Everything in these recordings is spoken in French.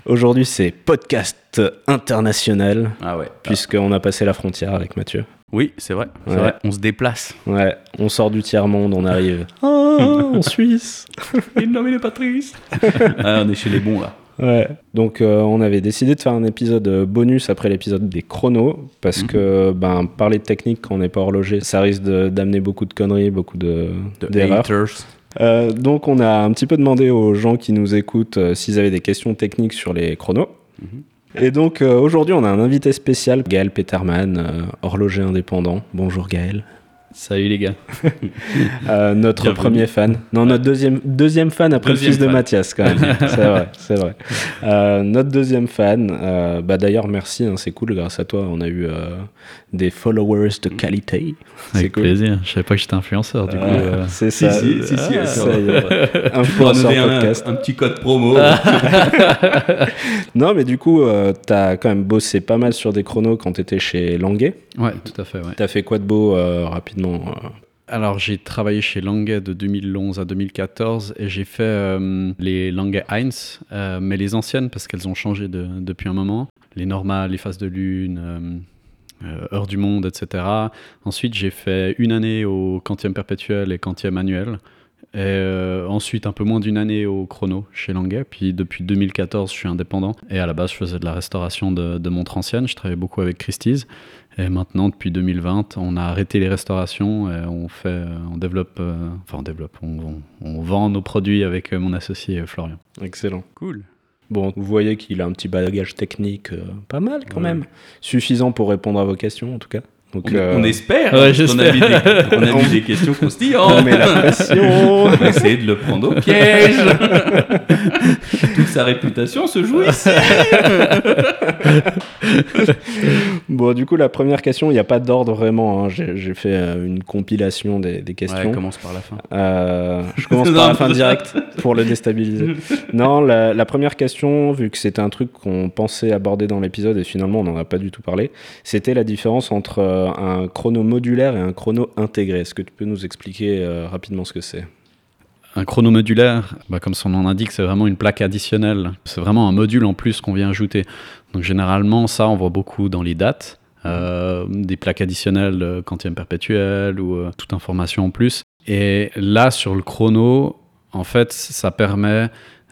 Aujourd'hui, c'est podcast international. Ah ouais. Puisqu'on a passé la frontière avec Mathieu. Oui, c'est vrai. C'est vrai. On se déplace. Ouais, on sort du tiers-monde, on arrive en Suisse. Il nomme Patrice. On est chez les bons là. Ouais. Donc on avait décidé de faire un épisode bonus après l'épisode des chronos parce que parler de technique quand on n'est pas horloger, ça risque d'amener beaucoup de conneries, beaucoup d'erreurs. Donc on a un petit peu demandé aux gens qui nous écoutent s'ils avaient des questions techniques sur les chronos. Et donc aujourd'hui on a un invité spécial, Gaël Peterman, horloger indépendant. Bonjour Gaël. Salut les gars. Notre Bienvenue. premier fan. Non, notre deuxième fan après le fils de Mathias quand même. C'est vrai. Notre deuxième fan. D'ailleurs, merci, hein, c'est cool. Grâce à toi, on a eu des followers de qualité. Avec plaisir. Je savais pas que j'étais influenceur du coup. C'est ça. Si, ça y est. Influenceur podcast. Un petit code promo. Non, mais du coup, t'as quand même bossé pas mal sur des chronos quand t'étais chez Languet. Ouais, tout à fait. Ouais. T'as fait quoi de beau rapidement Alors, j'ai travaillé chez Languet de 2011 à 2014 et j'ai fait les Languet Heinz, mais les anciennes parce qu'elles ont changé depuis un moment. Les normales, les phases de lune, heure du monde, etc. Ensuite, j'ai fait une année au quantième perpétuel et quantième annuel. Et ensuite, un peu moins d'une année au chrono chez Languet. Puis depuis 2014, je suis indépendant. Et à la base, je faisais de la restauration de montres anciennes. Je travaillais beaucoup avec Christie's. Et maintenant, depuis 2020, on a arrêté les restaurations et on vend nos produits avec mon associé Florian. Excellent. Cool. Bon, vous voyez qu'il a un petit bagage technique pas mal quand même. Suffisant pour répondre à vos questions en tout cas. Donc, on espère. Ouais, parce qu'on a vu des questions croustillantes. On met la pression. On va essayer de le prendre au piège. Toute sa réputation se joue ici. Bon, du coup, la première question, il n'y a pas d'ordre vraiment. Hein. J'ai fait une compilation des questions. Ouais, commence par la fin. Je commence par la fin directe pour le déstabiliser. Non, la première question, vu que c'était un truc qu'on pensait aborder dans l'épisode et finalement on n'en a pas du tout parlé, c'était la différence entre un chrono modulaire et un chrono intégré. Est-ce que tu peux nous expliquer rapidement ce que c'est ? Un chrono modulaire, comme son nom l'indique, c'est vraiment une plaque additionnelle. C'est vraiment un module en plus qu'on vient ajouter. Donc généralement, ça, on voit beaucoup dans les dates. Des plaques additionnelles quantième perpétuel ou toute information en plus. Et là, sur le chrono, en fait, ça permet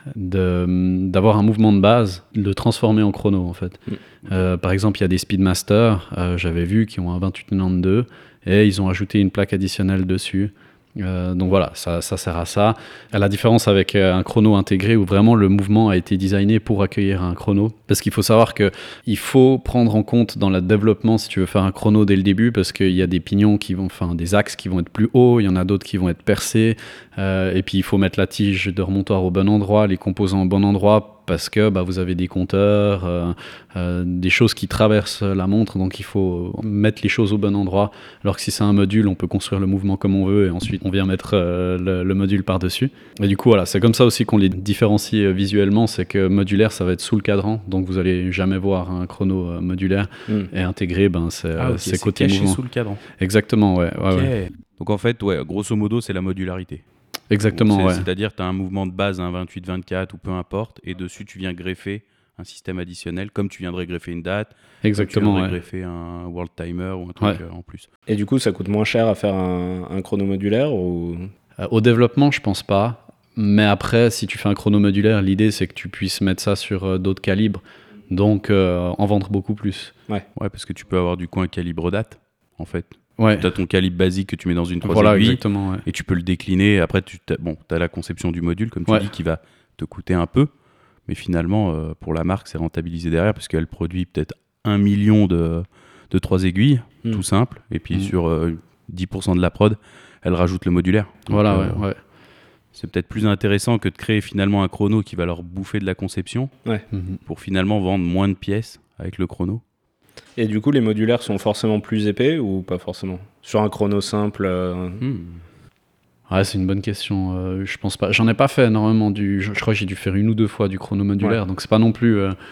d'avoir un mouvement de base, de le transformer en chrono, en fait. Par exemple, il y a des Speedmaster, j'avais vu, qui ont un 2892 et ils ont ajouté une plaque additionnelle dessus. Donc voilà, ça sert à ça. À la différence avec un chrono intégré où vraiment le mouvement a été designé pour accueillir un chrono. Parce qu'il faut savoir qu'il faut prendre en compte dans le développement si tu veux faire un chrono dès le début, parce qu'il y a des pignons des axes qui vont être plus hauts, il y en a d'autres qui vont être percés. Et puis il faut mettre la tige de remontoir au bon endroit, les composants au bon endroit, parce que vous avez des compteurs, des choses qui traversent la montre, donc il faut mettre les choses au bon endroit. Alors que si c'est un module, on peut construire le mouvement comme on veut et ensuite on vient mettre le module par-dessus. Et du coup, voilà, c'est comme ça aussi qu'on les différencie visuellement, c'est que modulaire, ça va être sous le cadran, donc vous allez jamais voir un chrono modulaire, et intégré, c'est côté caché mouvement. sous le cadran. Exactement, ouais. Okay. Donc en fait, grosso modo, c'est la modularité. Exactement, ouais. C'est-à-dire que tu as un mouvement de base, un 28-24 ou peu importe, et dessus tu viens greffer un système additionnel, comme tu viendrais greffer une date, exactement, comme tu viendrais greffer un world timer ou un truc en plus. Et du coup, ça coûte moins cher à faire un chrono modulaire ou... Au développement, je pense pas. Mais après, si tu fais un chrono modulaire, l'idée c'est que tu puisses mettre ça sur d'autres calibres, donc en vendre beaucoup plus. Ouais, parce que tu peux avoir du coup un calibre date, en fait. Ouais. Tu as ton calibre basique que tu mets dans une 3 aiguilles, exactement, ouais. Et tu peux le décliner. Après, tu as la conception du module, comme tu dis, qui va te coûter un peu. Mais finalement, pour la marque, c'est rentabilisé derrière, parce qu'elle produit peut-être 1 million de 3 aiguilles, tout simple. Et puis sur 10% de la prod, elle rajoute le modulaire. Donc, voilà, c'est peut-être plus intéressant que de créer finalement un chrono qui va leur bouffer de la conception, pour finalement vendre moins de pièces avec le chrono. Et du coup, les modulaires sont forcément plus épais ou pas forcément ? Sur un chrono simple Ouais, c'est une bonne question. Je pense pas. J'en ai pas fait énormément je crois que j'ai dû faire 1 ou 2 fois du chrono modulaire, donc c'est pas non plus.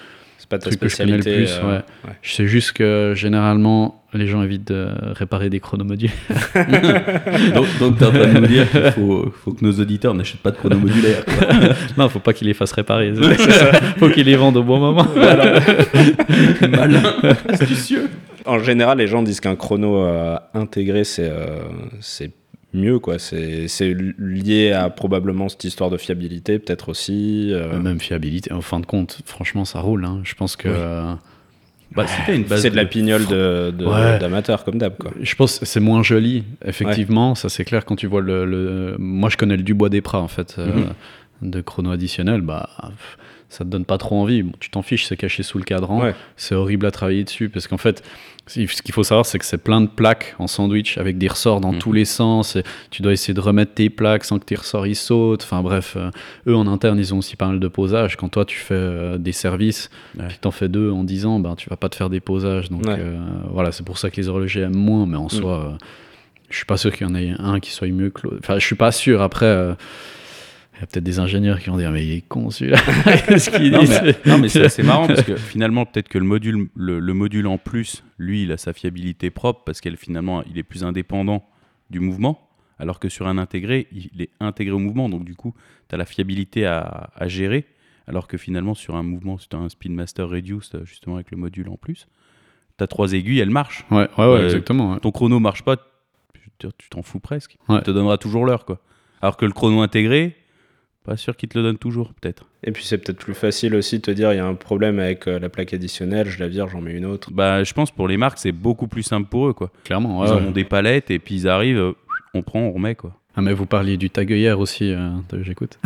C'est pas ta truc spécialité. Que je connais le plus, ouais. Je sais juste que généralement, les gens évitent de réparer des chronomodulaires. donc t'es en train de nous dire qu'il faut que nos auditeurs n'achètent pas de chronomodulaires. Non, faut pas qu'ils les fassent réparer. Faut qu'ils les vendent au bon moment. Malin, astucieux. En général, les gens disent qu'un chrono intégré, c'est mieux, quoi. C'est lié à probablement cette histoire de fiabilité, peut-être aussi. Même fiabilité. En fin de compte, franchement, ça roule. Hein. Je pense que... si t'as une base c'est de la pignole d'amateur, comme d'hab, quoi. Je pense que c'est moins joli, effectivement. Ça, c'est clair quand tu vois Moi, je connais le Dubois des Pras, en fait, de chrono additionnel. Ça te donne pas trop envie. Bon, tu t'en fiches, c'est caché sous le cadran. Ouais. C'est horrible à travailler dessus parce qu'en fait, ce qu'il faut savoir, c'est que c'est plein de plaques en sandwich avec des ressorts dans tous les sens. Et tu dois essayer de remettre tes plaques sans que tes ressorts ils sautent. Enfin bref, eux en interne, ils ont aussi pas mal de posages. Quand toi, tu fais des services, puis t'en fais 2 en 10 ans, tu vas pas te faire des posages. Donc voilà, c'est pour ça que les horlogers aiment moins. Mais en soi, je suis pas sûr qu'il y en ait un qui soit mieux que l'autre. Enfin, je suis pas sûr. Après... il y a peut-être des ingénieurs qui vont dire mais il est con celui-là. Qu'est-ce qu'il dit non mais c'est assez marrant parce que finalement peut-être que le module en plus, lui, il a sa fiabilité propre parce qu'il est plus indépendant du mouvement, alors que sur un intégré, il est intégré au mouvement, donc du coup, tu as la fiabilité à gérer, alors que finalement sur un mouvement, si tu as un Speedmaster Reduced justement avec le module en plus, tu as 3 aiguilles, elles marchent. Ouais, exactement. Ouais. Ton chrono marche pas, tu t'en fous presque. Il te donnera toujours l'heure, quoi. Alors que le chrono intégré, pas sûr qu'il te le donne toujours, peut-être. Et puis c'est peut-être plus facile aussi de te dire il y a un problème avec la plaque additionnelle, je la vire, j'en mets une autre. Je pense pour les marques, c'est beaucoup plus simple pour eux, quoi. Clairement, ils ont des palettes et puis ils arrivent, on prend, on remet, quoi. Ah mais vous parliez du taguillère aussi, j'écoute.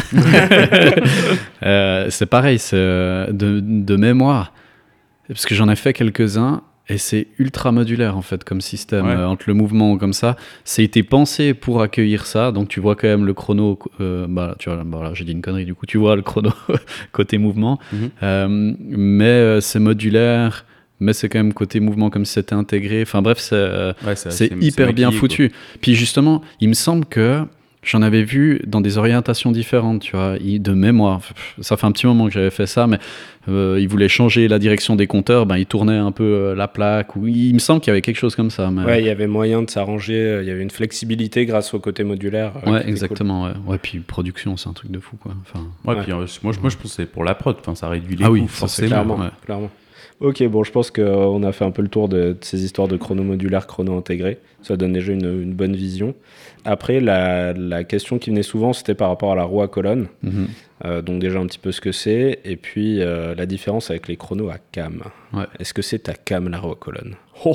C'est pareil, c'est de mémoire, parce que j'en ai fait quelques-uns. Et c'est ultra modulaire en fait comme système, entre le mouvement comme ça. C'est été pensé pour accueillir ça, donc tu vois quand même le chrono, tu vois, là, j'ai dit une connerie du coup, tu vois le chrono côté mouvement, mais c'est modulaire, mais c'est quand même côté mouvement comme si c'était intégré. Enfin bref, c'est hyper bien foutu. Quoi. Puis justement, il me semble que j'en avais vu dans des orientations différentes, tu vois, de mémoire. Ça fait un petit moment que j'avais fait ça, mais ils voulaient changer la direction des compteurs, ils tournaient un peu la plaque. Ou il me semble qu'il y avait quelque chose comme ça. Mais... Ouais, il y avait moyen de s'arranger. Il y avait une flexibilité grâce au côté modulaire. Ouais, exactement. Cool. Ouais, puis production, c'est un truc de fou, quoi. Puis moi, je pense que c'est pour la prod. Enfin, ça réduit les coûts, forcément. Clairement. Ok, bon, je pense qu'on a fait un peu le tour de ces histoires de chrono modulaire, chrono intégré. Ça donne déjà une bonne vision. Après, la question qui venait souvent, c'était par rapport à la roue à colonne. Donc déjà un petit peu ce que c'est. Et puis la différence avec les chronos à cam. Ouais. Est-ce que c'est ta cam, la roue à colonne ?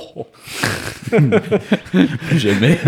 Jamais.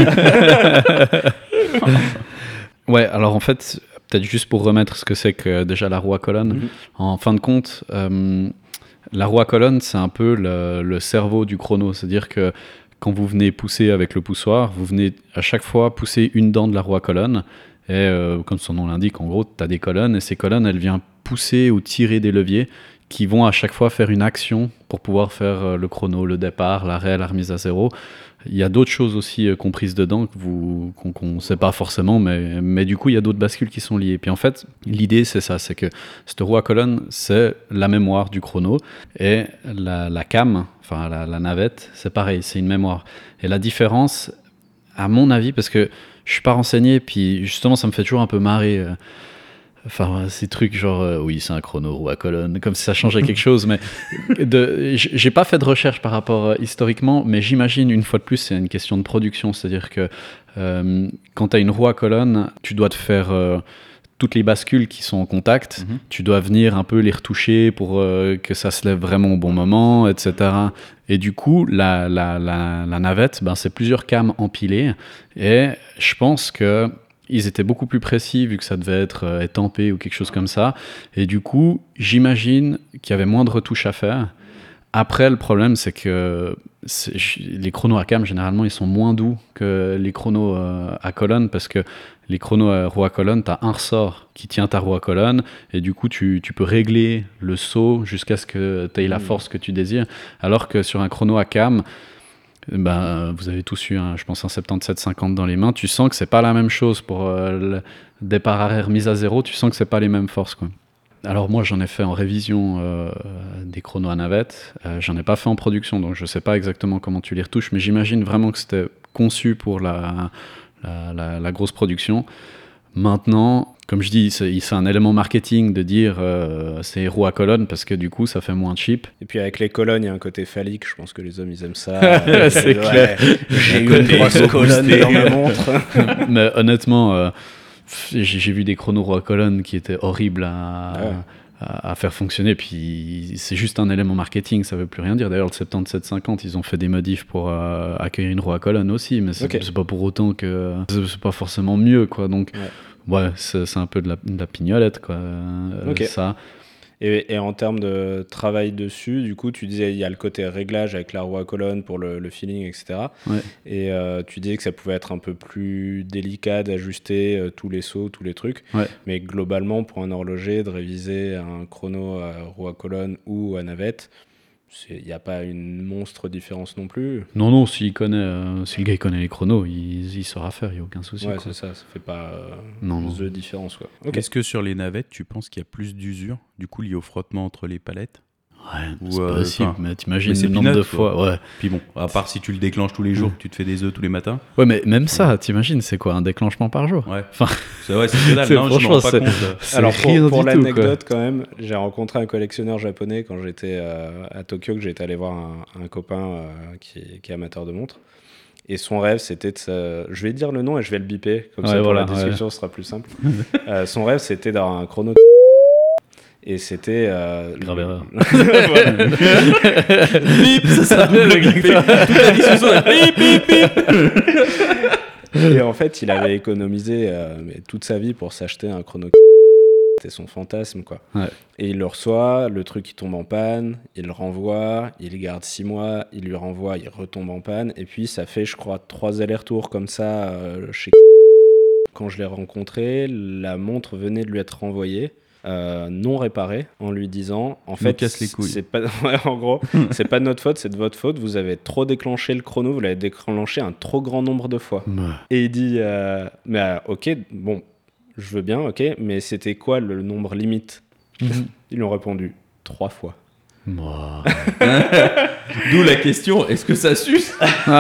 Ouais, alors en fait, peut-être juste pour remettre ce que c'est que déjà la roue à colonne. En fin de compte... la roue à colonne, c'est un peu le cerveau du chrono. C'est-à-dire que quand vous venez pousser avec le poussoir, vous venez à chaque fois pousser une dent de la roue à colonne. Et comme son nom l'indique, en gros, tu as des colonnes. Et ces colonnes, elles viennent pousser ou tirer des leviers qui vont à chaque fois faire une action pour pouvoir faire le chrono, le départ, l'arrêt, la remise à zéro. Il y a d'autres choses aussi comprises dedans qu'on ne sait pas forcément, mais du coup, il y a d'autres bascules qui sont liées. Puis en fait, l'idée, c'est ça, c'est que cette roue à colonne, c'est la mémoire du chrono, et la cam, enfin la navette, c'est pareil, c'est une mémoire. Et la différence, à mon avis, parce que je ne suis pas renseigné, puis justement, ça me fait toujours un peu marrer... ces trucs genre oui c'est un chrono roue à colonne comme si ça changeait quelque chose, mais j'ai pas fait de recherche par rapport historiquement, mais j'imagine une fois de plus c'est une question de production, c'est-à-dire que quand tu as une roue à colonne, tu dois te faire toutes les bascules qui sont en contact, tu dois venir un peu les retoucher pour que ça se lève vraiment au bon moment, etc. Et du coup, la navette, c'est plusieurs cams empilées, et je pense que ils étaient beaucoup plus précis vu que ça devait être étampé ou quelque chose comme ça. Et du coup, j'imagine qu'il y avait moins de retouches à faire. Après, le problème, c'est que les chronos à cam, généralement, ils sont moins doux que les chronos à colonne, parce que les chronos à roue à colonne, tu as un ressort qui tient ta roue à colonne, et du coup, tu peux régler le saut jusqu'à ce que tu aies la force que tu désires. Alors que sur un chrono à cam, vous avez tous eu, je pense, un 77-50 dans les mains. Tu sens que c'est pas la même chose pour le départ arrière mise à zéro. Tu sens que c'est pas les mêmes forces, quoi. Alors moi j'en ai fait en révision des chronos à navette, j'en ai pas fait en production, donc je sais pas exactement comment tu les retouches, mais j'imagine vraiment que c'était conçu pour la grosse production. Maintenant, comme je dis, c'est un élément marketing de dire c'est roue à colonne parce que du coup ça fait moins cheap. Et puis avec les colonnes, il y a un côté phallique, je pense que les hommes ils aiment ça. C'est clair. J'ai une grosse colonne dans ma montre. Mais honnêtement, j'ai vu des chronos roue à colonne qui étaient horribles à faire fonctionner, puis c'est juste un élément marketing, ça veut plus rien dire. D'ailleurs le 7750 ils ont fait des modifs pour accueillir une roue à colonne aussi, mais c'est pas pour autant que c'est pas forcément mieux, quoi. Donc ouais, c'est un peu de la pignolette, quoi. Ça. Et en termes de travail dessus, du coup, tu disais il y a le côté réglage avec la roue à colonne pour le feeling, etc. Ouais. Et tu disais que ça pouvait être un peu plus délicat d'ajuster tous les sauts, tous les trucs. Ouais. Mais globalement, pour un horloger, de réviser un chrono à roue à colonne ou à navette, il n'y a pas une monstre différence non plus. Non, si le gars il connaît les chronos, il saura faire, il n'y a aucun souci. Ouais, quoi. c'est ça fait pas non. de différence, quoi. Est-ce que sur les navettes, tu penses qu'il y a plus d'usure, du coup lié au frottement entre les palettes? Ouais, c'est possible, mais t'imagines le nombre de fois. Ouais. Puis bon, à part si tu le déclenches tous les jours, que tu te fais des œufs tous les matins. Ouais, mais même ça, t'imagines, c'est quoi, un déclenchement par jour? Ouais. Enfin, c'est que dalle, non, je me rends pas compte. Alors pour l'anecdote quand même, j'ai rencontré un collectionneur japonais quand j'étais à Tokyo, que j'étais allé voir un copain qui est amateur de montres. Et son rêve, c'était je vais dire le nom et je vais le biper, comme ça pour la discussion, ce sera plus simple. Son rêve, c'était d'avoir un chrono. Et c'était... grave erreur. Bip, ça double bip. Toute la discussion, bip, bip. Et en fait, il avait économisé toute sa vie pour s'acheter un chrono. C'était son fantasme, quoi. Ouais. Et il le reçoit, le truc il tombe en panne, il le renvoie, il le garde 6 mois, il lui renvoie, il retombe en panne. Et puis ça fait, je crois, 3 allers-retours comme ça chez... Quand je l'ai rencontré, la montre venait de lui être renvoyée. Non réparé, en lui disant en fait casse les couilles. C'est pas en gros c'est pas de notre faute, c'est de votre faute, vous avez trop déclenché le chrono, vous l'avez déclenché un trop grand nombre de fois. Et il dit ok, bon, je veux bien, ok, mais c'était quoi le nombre limite? Ils lui ont répondu 3 fois. D'où la question, est-ce que ça suce?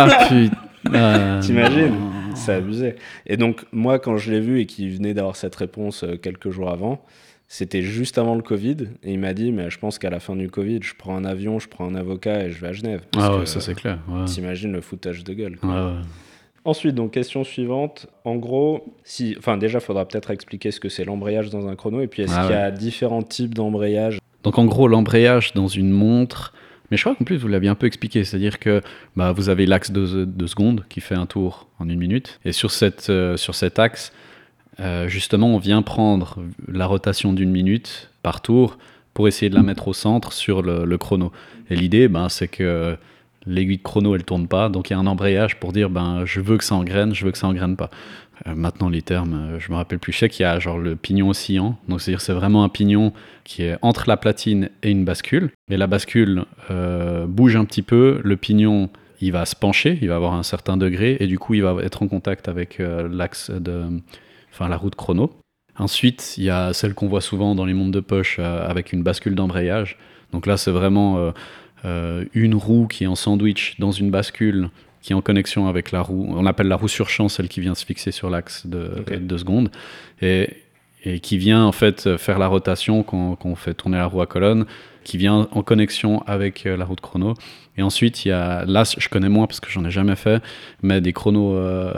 T'imagines? C'est abusé. Et donc moi quand je l'ai vu et qu'il venait d'avoir cette réponse quelques jours avant, c'était juste avant le Covid, et il m'a dit, mais je pense qu'à la fin du Covid, je prends un avion, je prends un avocat et je vais à Genève. Ah ouais, ça c'est clair. Ouais. T'imagines le foutage de gueule. Ouais. Ensuite, donc question suivante. En gros, déjà, il faudra peut-être expliquer ce que c'est l'embrayage dans un chrono, et puis est-ce qu'il y a différents types d'embrayage? Donc en gros, l'embrayage dans une montre, mais je crois qu'en plus vous l'aviez un peu expliqué, c'est-à-dire que vous avez l'axe de seconde qui fait un tour en 1 minute, et sur cet axe, justement, on vient prendre la rotation d'1 minute par tour pour essayer de la mettre au centre sur le chrono. Et l'idée, c'est que l'aiguille de chrono, elle tourne pas, donc il y a un embrayage pour dire, je veux que ça engraine, je veux que ça engraine pas. Maintenant, les termes, je me rappelle plus. Je sais qu'il y a genre le pignon oscillant, donc c'est-à-dire c'est vraiment un pignon qui est entre la platine et une bascule. Et la bascule bouge un petit peu, le pignon, il va se pencher, il va avoir un certain degré, et du coup, il va être en contact avec l'axe la roue de chrono. Ensuite, il y a celle qu'on voit souvent dans les montres de poche avec une bascule d'embrayage. Donc là, c'est vraiment une roue qui est en sandwich dans une bascule qui est en connexion avec la roue. On appelle la roue sur champ, celle qui vient se fixer sur l'axe de seconde. Et qui vient en fait faire la rotation quand on fait tourner la roue à colonne, qui vient en connexion avec la roue de chrono. Et ensuite, il y a, là, je connais moins parce que j'en ai jamais fait, mais des chronos,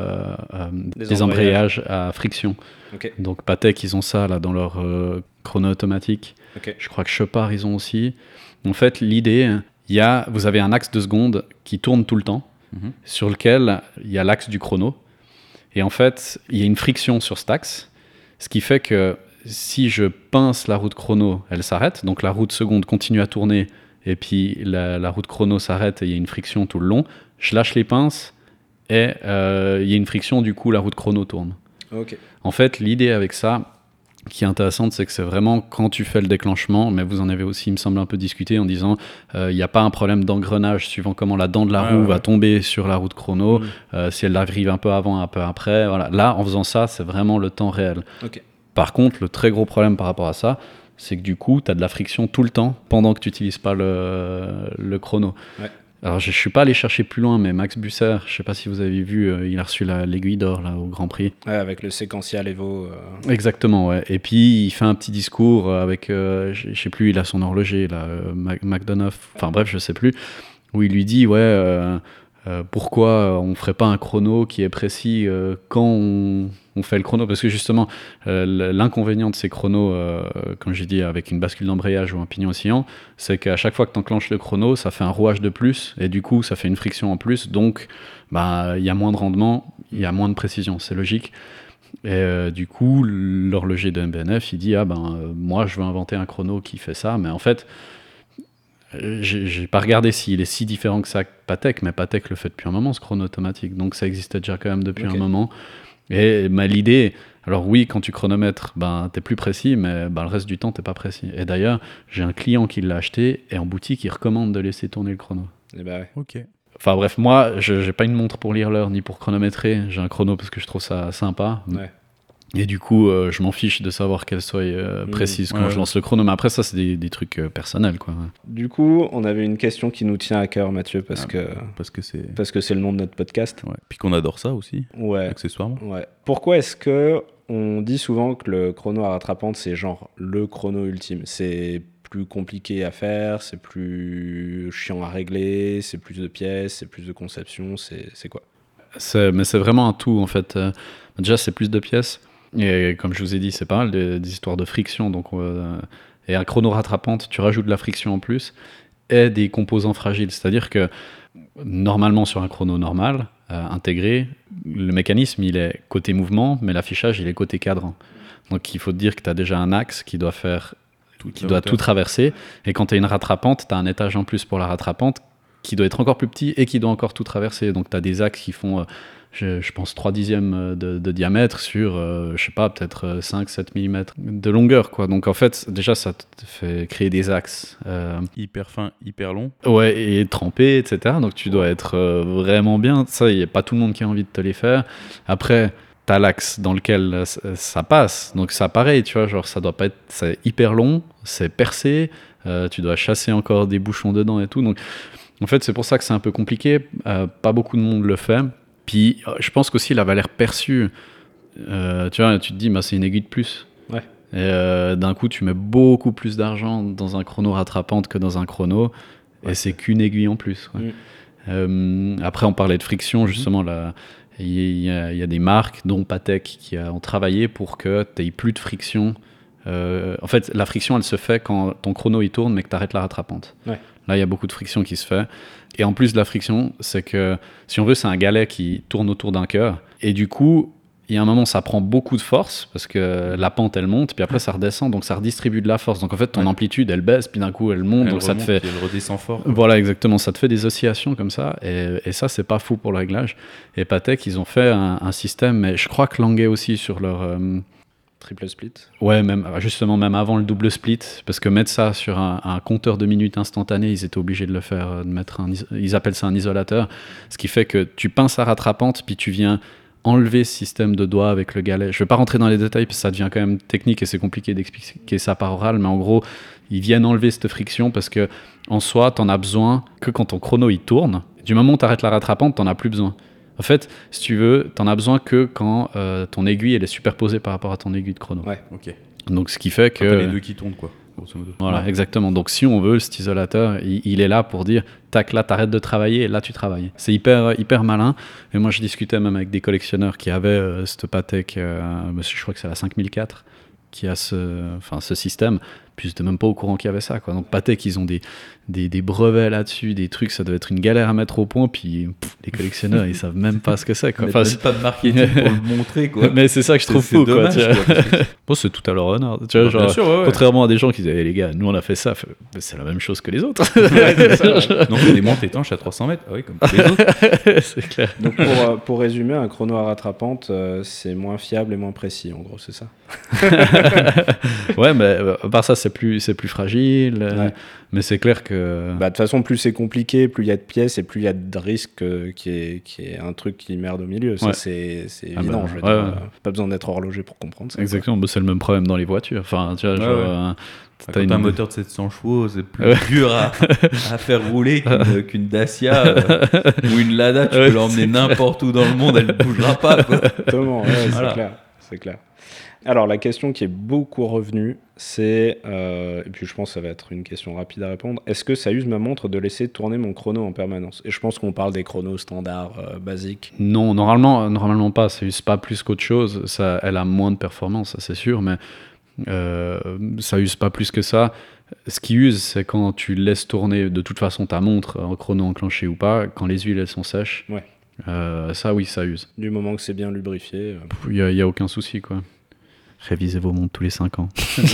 des embrayages à friction. Okay. Donc Patek, ils ont ça là dans leur chrono automatique. Okay. Je crois que Chopard, ils ont aussi. En fait, l'idée, vous avez un axe de seconde qui tourne tout le temps, sur lequel il y a l'axe du chrono. Et en fait, il y a une friction sur cet axe, ce qui fait que si je pince la roue de chrono, elle s'arrête. Donc la roue de seconde continue à tourner, et puis la roue de chrono s'arrête et il y a une friction tout le long. Je lâche les pinces et il y a une friction, du coup la roue de chrono tourne. Okay. En fait, l'idée avec ça, qui est intéressante, c'est que c'est vraiment quand tu fais le déclenchement, mais vous en avez aussi, il me semble, un peu discuté en disant il n'y a pas un problème d'engrenage suivant comment la dent de la roue va tomber sur la roue de chrono, si elle arrive un peu avant, un peu après. Voilà. Là, en faisant ça, c'est vraiment le temps réel. Okay. Par contre, le très gros problème par rapport à ça, c'est que du coup, tu as de la friction tout le temps pendant que tu n'utilises pas le chrono. Ouais. Alors, je ne suis pas allé chercher plus loin, mais Max Busser, je ne sais pas si vous avez vu, il a reçu l'aiguille d'or là, au Grand Prix. Ouais, avec le séquential Evo. Exactement, ouais. Et puis, il fait un petit discours avec, je ne sais plus, il a son horloger, là, McDonough, enfin bref, je ne sais plus, où il lui dit, pourquoi on ne ferait pas un chrono qui est précis quand on fait le chrono, parce que justement l'inconvénient de ces chronos, comme j'ai dit, avec une bascule d'embrayage ou un pignon oscillant, c'est qu'à chaque fois que tu enclenches le chrono, ça fait un rouage de plus, et du coup ça fait une friction en plus, donc il y a moins de rendement, il y a moins de précision, c'est logique. Et du coup l'horloger de MB9 il dit moi je veux inventer un chrono qui fait ça, mais en fait j'ai pas regardé s'il est si différent que ça que Patek, mais Patek le fait depuis un moment, ce chrono automatique, donc ça existait déjà quand même depuis un moment. Et l'idée, alors oui, quand tu chronomètres, t'es plus précis, mais le reste du temps, t'es pas précis. Et d'ailleurs, j'ai un client qui l'a acheté, et en boutique, il recommande de laisser tourner le chrono. Et ouais. Ok. Enfin bref, moi, j'ai pas une montre pour lire l'heure, ni pour chronométrer, j'ai un chrono parce que je trouve ça sympa. Ouais. Et du coup, je m'en fiche de savoir qu'elle soit précise quand je lance le chrono. Mais après, ça, c'est des trucs personnels, quoi. Du coup, on avait une question qui nous tient à cœur, Mathieu, parce que c'est le nom de notre podcast. Ouais. Puis qu'on adore ça aussi, accessoirement. Ouais. Pourquoi est-ce que on dit souvent que le chrono à rattrapante, c'est genre le chrono ultime? C'est plus compliqué à faire, c'est plus chiant à régler, c'est plus de pièces, c'est plus de conception, c'est quoi? Mais c'est vraiment un tout, en fait. Déjà, c'est plus de pièces. Et comme je vous ai dit, c'est pas mal des histoires de friction. Donc, et un chrono rattrapante, tu rajoutes de la friction en plus et des composants fragiles. C'est-à-dire que normalement, sur un chrono normal, intégré, le mécanisme, il est côté mouvement, mais l'affichage, il est côté cadran. Donc, il faut te dire que tu as déjà un axe qui doit tout traverser. Et quand tu as une rattrapante, tu as un étage en plus pour la rattrapante qui doit être encore plus petit et qui doit encore tout traverser. Donc, tu as des axes qui font... je pense 3/10 de diamètre sur, je sais pas, peut-être 5-7 mm de longueur, quoi. Donc en fait, déjà, ça te fait créer des axes. Hyper fins, hyper longs. Ouais, et trempés, etc. Donc tu dois être vraiment bien. Ça, il n'y a pas tout le monde qui a envie de te les faire. Après, t'as l'axe dans lequel ça passe. Donc ça, pareil, tu vois, genre ça doit pas être... C'est hyper long, c'est percé, tu dois chasser encore des bouchons dedans et tout. Donc en fait, c'est pour ça que c'est un peu compliqué. Pas beaucoup de monde le fait. Puis, je pense qu'aussi la valeur perçue, tu vois, tu te dis, c'est une aiguille de plus. Ouais. Et d'un coup, tu mets beaucoup plus d'argent dans un chrono rattrapante que dans un chrono, et c'est qu'une aiguille en plus. Après, on parlait de friction, justement, il y a des marques, dont Patek, qui ont travaillé pour que tu n'aies plus de friction. En fait, la friction, elle se fait quand ton chrono il tourne, mais que tu arrêtes la rattrapante. Ouais. Là, il y a beaucoup de friction qui se fait. Et en plus de la friction, c'est que, si on veut, c'est un galet qui tourne autour d'un cœur. Et du coup, il y a un moment, ça prend beaucoup de force, parce que la pente, elle monte, puis après, ça redescend, donc ça redistribue de la force. Donc en fait, ton amplitude, elle baisse, puis d'un coup, elle monte, donc ça te fait... Puis elle redescend fort. Voilà, exactement. Ça te fait des oscillations comme ça, et ça, c'est pas fou pour le réglage. Et Patek, ils ont fait un système, mais je crois que Languet aussi, sur leur... Triple split. Ouais, même avant le double split, parce que mettre ça sur un compteur de minutes instantané, ils étaient obligés de le faire, ils appellent ça un isolateur, ce qui fait que tu pinces à rattrapante, puis tu viens enlever ce système de doigts avec le galet. Je vais pas rentrer dans les détails, parce que ça devient quand même technique et c'est compliqué d'expliquer ça par oral, mais en gros, ils viennent enlever cette friction, parce que en soi, t'en as besoin que quand ton chrono il tourne. Du moment où t'arrêtes la rattrapante, t'en as plus besoin. En fait, si tu veux, t'en as besoin que quand ton aiguille elle est superposée par rapport à ton aiguille de chrono. Ouais, ok. Donc ce qui fait que... Quand t'as les deux qui tournent, quoi. Voilà, exactement. Donc si on veut, cet isolateur, il est là pour dire, tac, là t'arrêtes de travailler, et là tu travailles. C'est hyper malin. Et moi je discutais même avec des collectionneurs qui avaient cette Patek, je crois que c'est la 5004, qui a ce système. Puis j'étais même pas au courant qu'il y avait ça, quoi. Donc Patek, ils ont des brevets là-dessus, des trucs, ça doit être une galère à mettre au point, puis les collectionneurs, ils savent même pas ce que c'est, quoi. Enfin, c'est pas de marketing pour le montrer, quoi. Mais c'est ça que je trouve fou, dommage, quoi. Bon, c'est tout à leur honneur. Tu vois, genre, bien sûr, ouais. Contrairement à des gens qui disaient, les gars, nous on a fait ça, c'est la même chose que les autres. Non, c'est des montres étanches à 300 mètres, ah oui, comme tous les autres. C'est clair. Donc pour résumer, un chrono à rattrapante, c'est moins fiable et moins précis, en gros, c'est ça? Ouais, mais à part ça, c'est c'est plus fragile. Mais c'est clair que... De toute façon, plus c'est compliqué, plus il y a de pièces et plus il y a de risques qu'il y ait un truc qui merde au milieu. Ça, c'est évident. Je veux dire, pas besoin d'être horloger pour comprendre ça. Exactement, c'est le même problème dans les voitures. Enfin, tu vois, quand t'as un moteur de 700 chevaux, c'est plus dur à faire rouler qu'une Dacia ou une Lada. Tu peux l'emmener n'importe où dans le monde, elle ne bougera pas. Quoi. Exactement, c'est clair. Alors, la question qui est beaucoup revenue, c'est, et puis je pense que ça va être une question rapide à répondre, est-ce que ça use ma montre de laisser tourner mon chrono en permanence ? Et je pense qu'on parle des chronos standards, basiques. Non, normalement pas, ça use pas plus qu'autre chose, elle a moins de performance, ça c'est sûr, mais ça use pas plus que ça. Ce qui use, c'est quand tu laisses tourner de toute façon ta montre, en chrono enclenché ou pas, quand les huiles elles sont sèches. Ouais. Ça oui, ça use. Du moment que c'est bien lubrifié. Il y a aucun souci quoi. Révisez vos montres tous les 5 ans.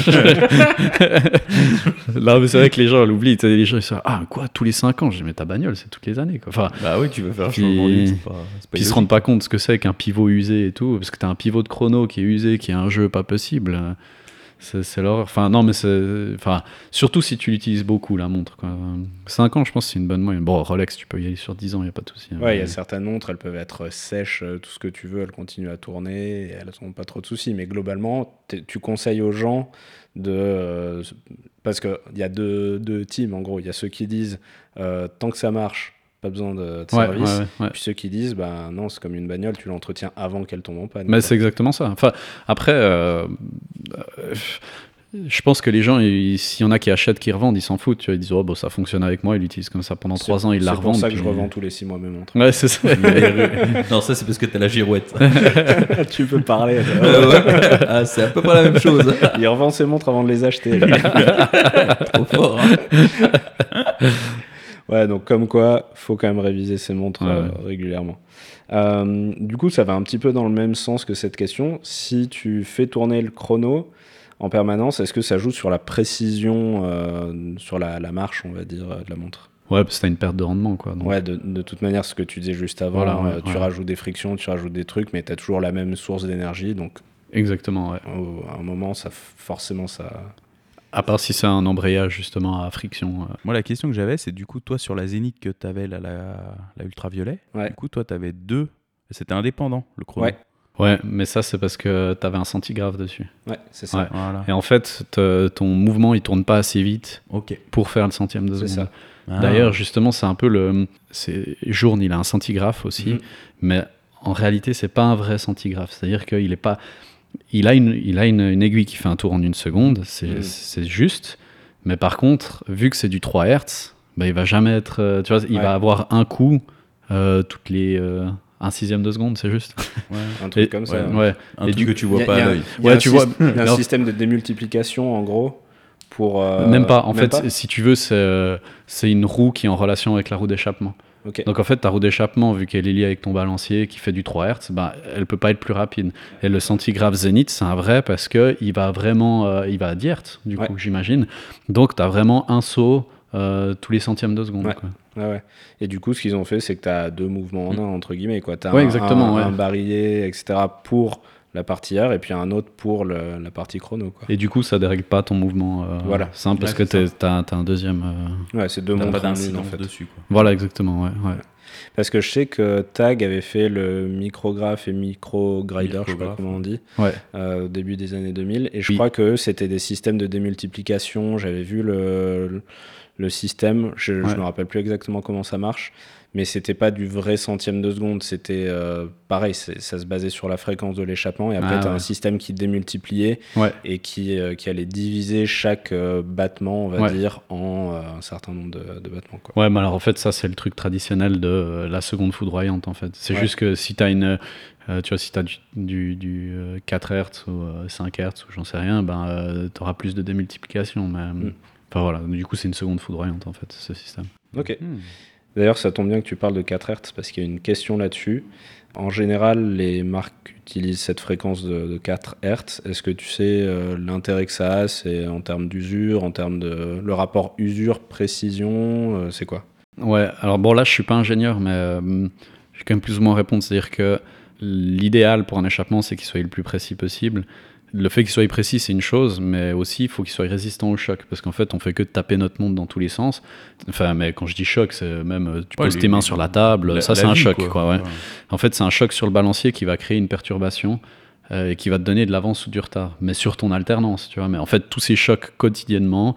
Là, mais c'est vrai que les gens l'oublient. Les gens ils disent quoi tous les 5 ans ? Je dis mais ta bagnole c'est toutes les années quoi. Enfin, bah oui, tu veux faire un changement d'huile, c'est pas puis ils se rendent pas compte ce que c'est qu'un pivot usé et tout, parce que t'as un pivot de chrono qui est usé, qui est un jeu pas possible. C'est l'horreur. Enfin, non, mais surtout si tu l'utilises beaucoup, la montre. Quoi. 5 ans, je pense que c'est une bonne moyenne. Bon, Rolex, tu peux y aller sur 10 ans, il n'y a pas de souci. Ouais, il y a certaines montres, elles peuvent être sèches, tout ce que tu veux, elles continuent à tourner, et elles n'ont pas trop de soucis. Mais globalement, tu conseilles aux gens de... parce qu'il y a deux teams, en gros. Il y a ceux qui disent, tant que ça marche, pas besoin de service. Ouais. Puis ceux qui disent, non, c'est comme une bagnole, tu l'entretiens avant qu'elle tombe en panne. Mais c'est exactement ça. Enfin, après, je pense que les gens, s'il y en a qui achètent, qui revendent, ils s'en foutent. Tu vois, ils disent, ça fonctionne avec moi, ils l'utilisent comme ça pendant 3 ans, ils la revendent. C'est pour ça que je revends tous les 6 mois mes montres. Ouais, c'est ça. Non, ça, c'est parce que t'as la girouette. Tu peux parler. C'est à peu près la même chose. Il revend ses montres avant de les acheter. Trop fort. Hein. Ouais, donc comme quoi, faut quand même réviser ses montres régulièrement. Du coup, ça va un petit peu dans le même sens que cette question. Si tu fais tourner le chrono en permanence, est-ce que ça joue sur la précision, sur la marche, on va dire, de la montre ? Ouais, parce que t'as une perte de rendement, quoi. Donc. Ouais, de toute manière, ce que tu disais juste avant, tu rajoutes des frictions, tu rajoutes des trucs, mais t'as toujours la même source d'énergie, donc... Exactement, ouais. À un moment, forcément, ça... À part si c'est un embrayage justement à friction. Moi, la question que j'avais, c'est du coup, toi, sur la Zénith que tu avais, la ultraviolet, du coup, toi, tu avais 2. C'était indépendant, le chrono. Ouais, mais ça, c'est parce que tu avais un centigraphe dessus. Ouais, c'est ça. Ouais. Voilà. Et en fait, ton mouvement, il tourne pas assez vite pour faire le centième de seconde. C'est ça. D'ailleurs, justement, c'est un peu Journe, il a un centigraphe aussi, mais en réalité, c'est pas un vrai centigraphe. C'est-à-dire qu'il est pas... Il a une aiguille qui fait un tour en 1 seconde, c'est juste. Mais par contre, vu que c'est du 3 Hz, il va jamais être... tu vois, il va avoir un coup toutes les... 1/6 de seconde, c'est juste. Ouais, un truc comme ça. Ouais. Un truc que tu vois pas à l'œil. Il y a un système de démultiplication, en gros, pour... Même pas. En fait, si tu veux, c'est une roue qui est en relation avec la roue d'échappement. Okay. Donc en fait, ta roue d'échappement, vu qu'elle est liée avec ton balancier qui fait du 3 Hz, elle peut pas être plus rapide. Et le centigraphe Zénith, c'est un vrai parce qu'il va vraiment... il va à 10 Hz, du coup, j'imagine. Donc tu as vraiment un saut tous les centièmes de seconde. Quoi. Ouais. Et du coup, ce qu'ils ont fait, c'est que tu as 2 mouvements en un, entre guillemets. Tu as un barillet, etc. pour la partie R et puis un autre pour la partie chrono. Quoi. Et du coup, ça dérègle pas ton mouvement simple parce que t'as un deuxième... Ouais, c'est 2 montres en une, en fait. Dessus, quoi. Voilà, exactement, ouais. Parce que je sais que Tag avait fait le micrographe et microgrider, je sais pas comment on dit, au début des années 2000. Et je crois que c'était des systèmes de démultiplication. J'avais vu le système, je me rappelle plus exactement comment ça marche, mais c'était pas du vrai centième de seconde, c'était pareil, ça se basait sur la fréquence de l'échappement, et après t'as un système qui démultipliait et qui allait diviser chaque battement, on va dire, en un certain nombre de battements. Quoi. Ouais, mais alors en fait, ça c'est le truc traditionnel de la seconde foudroyante, en fait. C'est juste que si t'as tu vois, si t'as du 4 Hz ou 5 Hz ou j'en sais rien, t'auras plus de démultiplication, mais... Enfin voilà, du coup c'est une seconde foudroyante en fait, ce système. Ok. D'ailleurs ça tombe bien que tu parles de 4 Hz parce qu'il y a une question là-dessus. En général, les marques utilisent cette fréquence de 4 Hz. Est-ce que tu sais l'intérêt que ça a, c'est en termes d'usure, en termes de... Le rapport usure-précision, c'est quoi ? Ouais, alors bon là je suis pas ingénieur, mais je vais quand même plus ou moins répondre. C'est-à-dire que l'idéal pour un échappement, c'est qu'il soit le plus précis possible. le fait qu'il soit précis, c'est une chose, mais aussi il faut qu'il soit résistant au choc, parce qu'en fait, on fait que de taper notre montre dans tous les sens. Enfin, mais quand je dis choc, c'est même tu poses tes mains sur la table, ça c'est un choc, quoi. Ouais. En fait, c'est un choc sur le balancier qui va créer une perturbation et qui va te donner de l'avance ou du retard, mais sur ton alternance, tu vois. Mais en fait, tous ces chocs quotidiennement,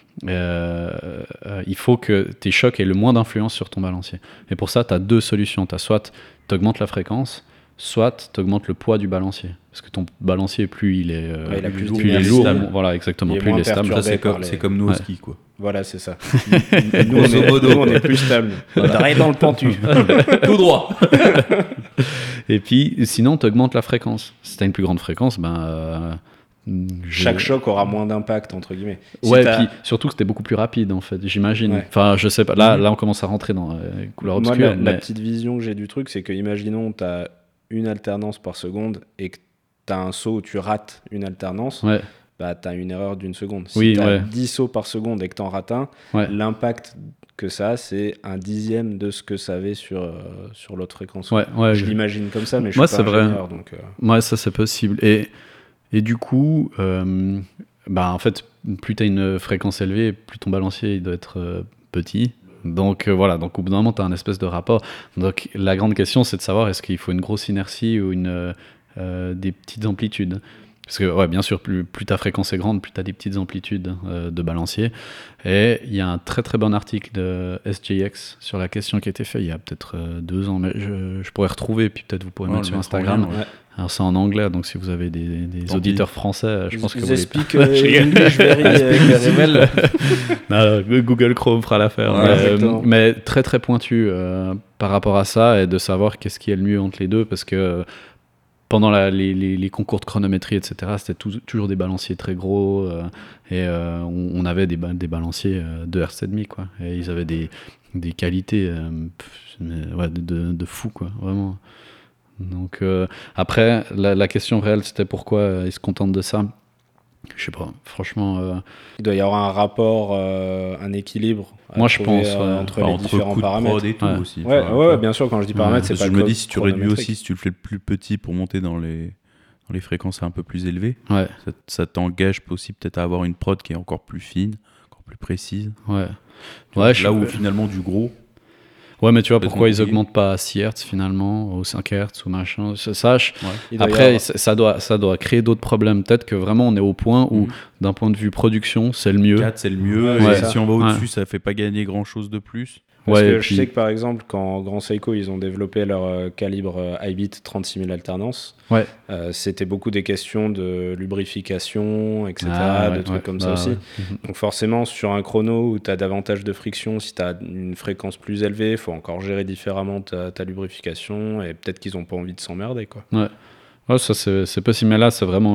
il faut que tes chocs aient le moins d'influence sur ton balancier. Et pour ça, tu as deux solutions. Tu as soit tu augmentes la fréquence, soit tu augmentes le poids du balancier. Parce que ton balancier, plus il est, plus il est lourd, voilà, exactement, plus il est stable. C'est comme nous au ski, quoi. Voilà, c'est ça. Nous, on est plus stable. On arrive dans le pentu. Tout droit. Et puis, sinon, tu augmentes la fréquence. Si tu as une plus grande fréquence, chaque choc aura moins d'impact, entre guillemets. Ouais, et puis surtout que c'était beaucoup plus rapide, en fait, j'imagine. Ouais. Enfin, je sais pas. Là, on commence à rentrer dans les couleurs obscures. La petite vision que j'ai du truc, c'est que, imaginons, tu as une alternance par seconde et que tu as un saut où tu rates une alternance. Ouais. Tu as une erreur d'une seconde. Si tu as 10 sauts par seconde et que tu en rates un, l'impact que ça a, c'est 1/10 de ce que ça avait sur l'autre fréquence. Je l'imagine comme ça, mais je suis pas ingénieur. Donc, Ouais, ça c'est possible. Et du coup, en fait, plus tu as une fréquence élevée, plus ton balancier il doit être petit. Donc voilà, donc au bout d'un moment, tu as un espèce de rapport. Donc la grande question, c'est de savoir est-ce qu'il faut une grosse inertie ou des petites amplitudes. Parce que, bien sûr, plus ta fréquence est grande, plus tu as des petites amplitudes de balancier. Et il y a un très très bon article de SJX sur la question qui a été faite il y a peut-être 2 ans, mais je pourrais retrouver, puis peut-être vous pourrez mettre sur Instagram. Alors c'est en anglais, donc si vous avez des auditeurs français, je pense que vous expliquent English very Google Chrome fera l'affaire. Mais très très pointu par rapport à ça, et de savoir qu'est-ce qui est le mieux entre les deux, parce que pendant les concours de chronométrie, etc., c'était toujours des balanciers très gros, et on avait des balanciers de Hz et demi, quoi. Et ils avaient des qualités de fou, quoi, vraiment. Donc après, la question réelle, c'était pourquoi ils se contentent de ça. Je sais pas, franchement. Il doit y avoir un rapport, un équilibre. Moi, je pense entre les différents paramètres. Et tout aussi. Ouais, bien sûr. Quand je dis paramètres, c'est pas. Je me dis, si tu réduis aussi, si tu le fais plus petit pour monter dans les fréquences un peu plus élevées, ça t'engage aussi peut-être à avoir une prod qui est encore plus fine, encore plus précise. Là où finalement du gros. Ouais, mais tu vois, pourquoi ils augmentent pas à 6 Hz finalement, au 5 Hz ou machin, Après, ça doit créer d'autres problèmes. Peut-être que vraiment on est au point où, d'un point de vue production, c'est le mieux. 4, c'est le mieux. Et si on va au-dessus, ça fait pas gagner grand-chose de plus. Parce que je sais que par exemple, quand Grand Seiko ils ont développé leur calibre iBit 36 000 alternances, c'était beaucoup des questions de lubrification, etc., de trucs comme ça aussi. Donc forcément, sur un chrono où tu as davantage de friction, si tu as une fréquence plus élevée, il faut encore gérer différemment ta lubrification, et peut-être qu'ils n'ont pas envie de s'emmerder, quoi. Ouais, ça c'est possible, mais là c'est vraiment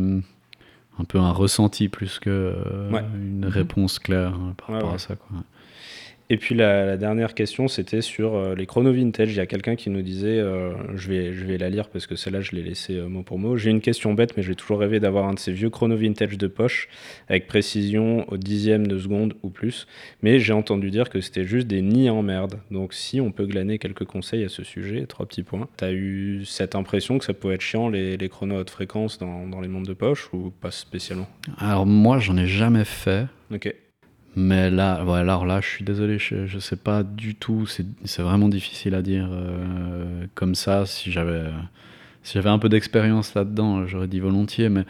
un peu un ressenti plus que une réponse claire par rapport à ça, quoi. Et puis la dernière question, c'était sur les chronos vintage. Il y a quelqu'un qui nous disait, je vais la lire parce que celle-là, je l'ai laissée mot pour mot. J'ai une question bête, mais j'ai toujours rêvé d'avoir un de ces vieux chronos vintage de poche, avec précision au 10e de seconde ou plus. Mais j'ai entendu dire que c'était juste des nids en merde. Donc si on peut glaner quelques conseils à ce sujet, 3 petits points. T'as eu cette impression que ça pouvait être chiant, les chronos haute fréquence dans les montres de poche, ou pas spécialement? Alors moi, j'en ai jamais fait. Ok. Mais là, alors là, je suis désolé, je sais pas du tout, c'est vraiment difficile à dire comme ça. Si j'avais un peu d'expérience là-dedans, j'aurais dit volontiers, mais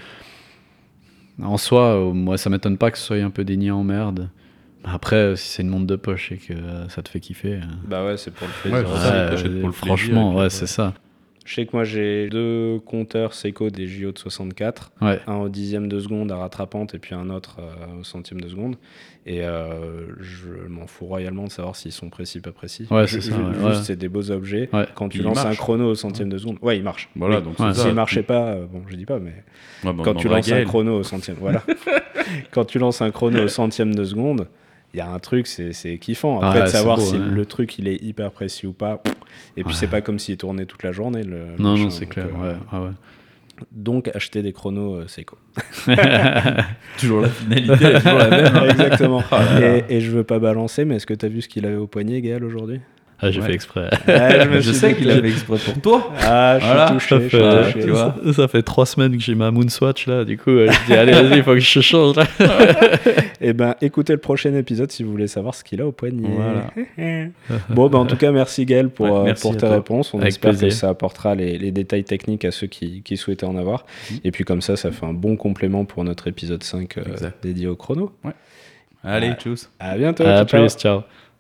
en soi, moi, ça m'étonne pas que ce soit un peu des nids en merde. Après, si c'est une montre de poche et que ça te fait kiffer... Bah ouais, c'est pour le plaisir. Franchement, c'est ça. Je sais que moi j'ai 2 compteurs Seiko des JO de 64, un au 10e de seconde à rattrapante et puis un autre au centième de seconde, et je m'en fous royalement de savoir s'ils sont précis pas précis. C'est des beaux objets. Quand tu lances un chrono au centième de seconde, il marche. Voilà, donc s'il marchait pas, je dis pas, mais quand tu lances un chrono au centième, quand tu lances un chrono au centième de seconde, il y a un truc, c'est kiffant. Après, de savoir si le truc il est hyper précis ou pas. Et puis, c'est pas comme s'il tournait toute la journée. Non, c'est clair. Donc, acheter des chronos Seiko. Toujours la finalité, toujours la même. Exactement. Et je veux pas balancer, mais est-ce que tu as vu ce qu'il avait au poignet, Gaël, aujourd'hui? Ah, j'ai fait exprès. Je sais qu'il a fait exprès pour toi. Ah, je suis touché. Tu vois, ça fait 3 semaines que j'ai ma Moonswatch là. Du coup, je dis allez, vas-y, il faut que je change là. Et ben, écoutez le prochain épisode si vous voulez savoir ce qu'il a au poignet. Voilà. Bon, ben, en tout cas, merci Gaël pour tes réponses. On Avec espère plaisir. que ça apportera les détails techniques à ceux qui souhaitaient en avoir. Et puis comme ça fait un bon complément pour notre épisode 5 dédié au chrono. Ouais. Allez, tchuss. À bientôt. À ciao. plus, ciao.